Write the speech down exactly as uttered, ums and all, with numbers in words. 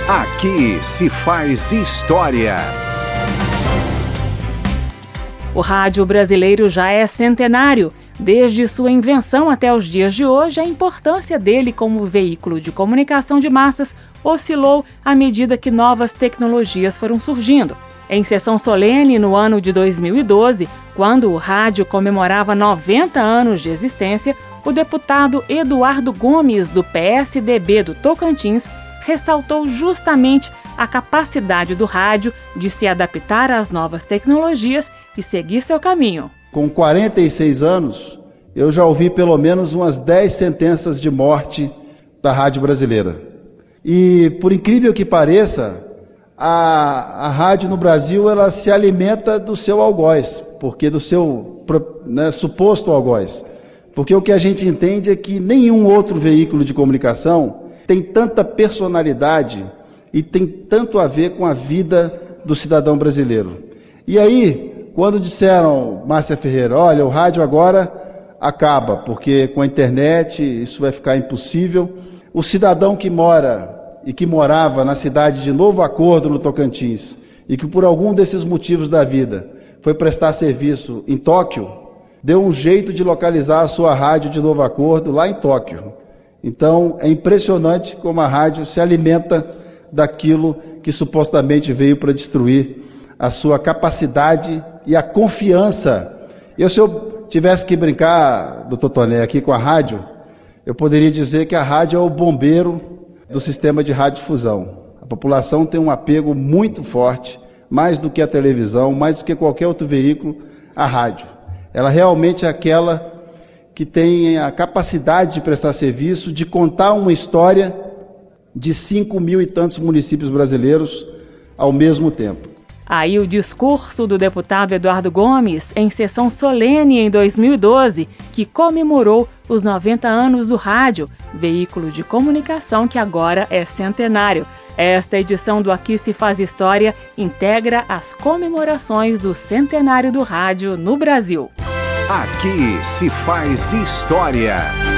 Aqui se faz história. O rádio brasileiro já é centenário. Desde sua invenção até os dias de hoje, a importância dele como veículo de comunicação de massas oscilou à medida que novas tecnologias foram surgindo. Em sessão solene no ano de dois mil e doze, quando o rádio comemorava noventa anos de existência, o deputado Eduardo Gomes, do P S D B do Tocantins, ressaltou justamente a capacidade do rádio de se adaptar às novas tecnologias e seguir seu caminho. Com quarenta e seis anos, eu já ouvi pelo menos umas dez sentenças de morte da rádio brasileira. E, por incrível que pareça, a, a rádio no Brasil ela se alimenta do seu algoz, porque do seu né, suposto algoz. Porque o que a gente entende é que nenhum outro veículo de comunicação tem tanta personalidade e tem tanto a ver com a vida do cidadão brasileiro. E aí, quando disseram, Márcia Ferreira, olha, o rádio agora acaba, porque com a internet isso vai ficar impossível. O cidadão que mora e que morava na cidade de Novo Acordo, no Tocantins, e que por algum desses motivos da vida foi prestar serviço em Tóquio, deu um jeito de localizar a sua rádio de Novo Acordo lá em Tóquio. Então, é impressionante como a rádio se alimenta daquilo que supostamente veio para destruir a sua capacidade e a confiança. Eu, se eu tivesse que brincar, doutor Toné, aqui com a rádio, eu poderia dizer que a rádio é o bombeiro do sistema de radiodifusão. A população tem um apego muito forte, mais do que a televisão, mais do que qualquer outro veículo, a rádio. Ela realmente é aquela que tem a capacidade de prestar serviço, de contar uma história de cinco mil e tantos municípios brasileiros ao mesmo tempo. Aí o discurso do deputado Eduardo Gomes em sessão solene em dois mil e doze, que comemorou os noventa anos do rádio, veículo de comunicação que agora é centenário. Esta edição do Aqui se faz História integra as comemorações do centenário do rádio no Brasil. Aqui se faz história.